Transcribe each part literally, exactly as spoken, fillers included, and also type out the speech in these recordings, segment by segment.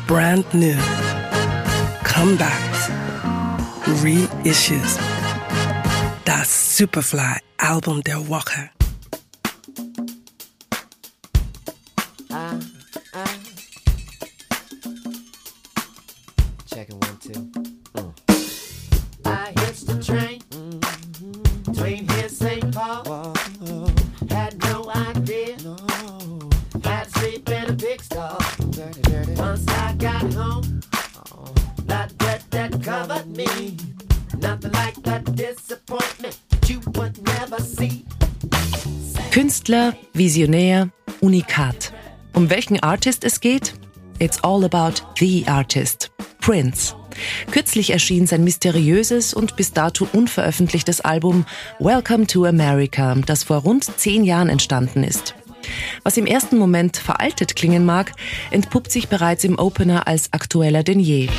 brand new, comebacks, reissues. Das Superfly-Album der Woche. I, I. Checking one, two. Mm. I hitched the train mm-hmm. between here and Saint Paul. Whoa. Had no idea. No. Had to sleep in a big stall. Dirty, dirty. Once I got home, oh. that debt that covered me. Nothing like that disappointment you would never see. Künstler, Visionär, Unikat. Um welchen Artist es geht? It's all about the artist, Prince. Kürzlich erschien sein mysteriöses und bis dato unveröffentlichtes Album Welcome to America, das vor rund zehn Jahren entstanden ist. Was im ersten Moment veraltet klingen mag, entpuppt sich bereits im Opener als aktueller denn je.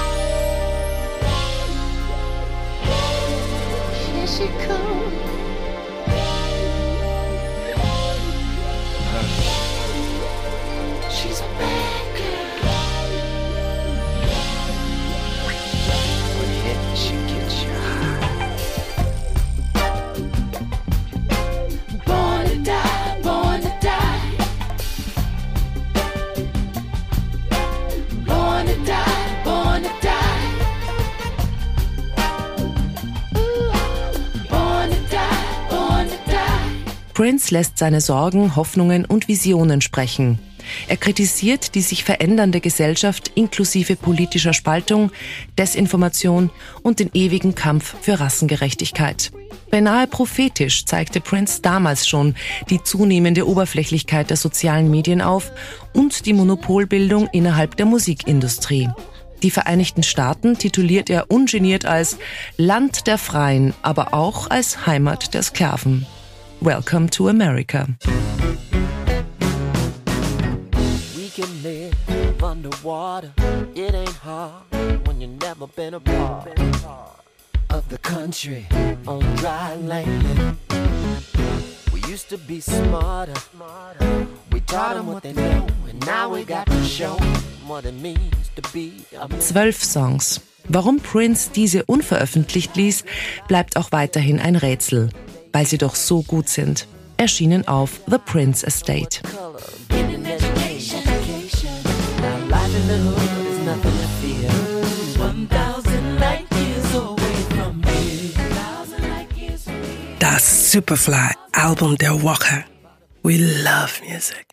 Prince lässt seine Sorgen, Hoffnungen und Visionen sprechen. Er kritisiert die sich verändernde Gesellschaft inklusive politischer Spaltung, Desinformation und den ewigen Kampf für Rassengerechtigkeit. Beinahe prophetisch zeigte Prince damals schon die zunehmende Oberflächlichkeit der sozialen Medien auf und die Monopolbildung innerhalb der Musikindustrie. Die Vereinigten Staaten tituliert er ungeniert als Land der Freien, aber auch als Heimat der Sklaven. Welcome to America. We can live underwater. It ain't hard when you've never been a part of the country on dry land. We used to be smarter. We taught them what they know, and now we got to show what it means to be a man. Zwölf Songs. Warum Prince diese unveröffentlicht ließ, bleibt auch weiterhin ein Rätsel. Weil sie doch so gut sind. Erschienen auf The Prince Estate. Das Superfly-Album der Woche. We love music.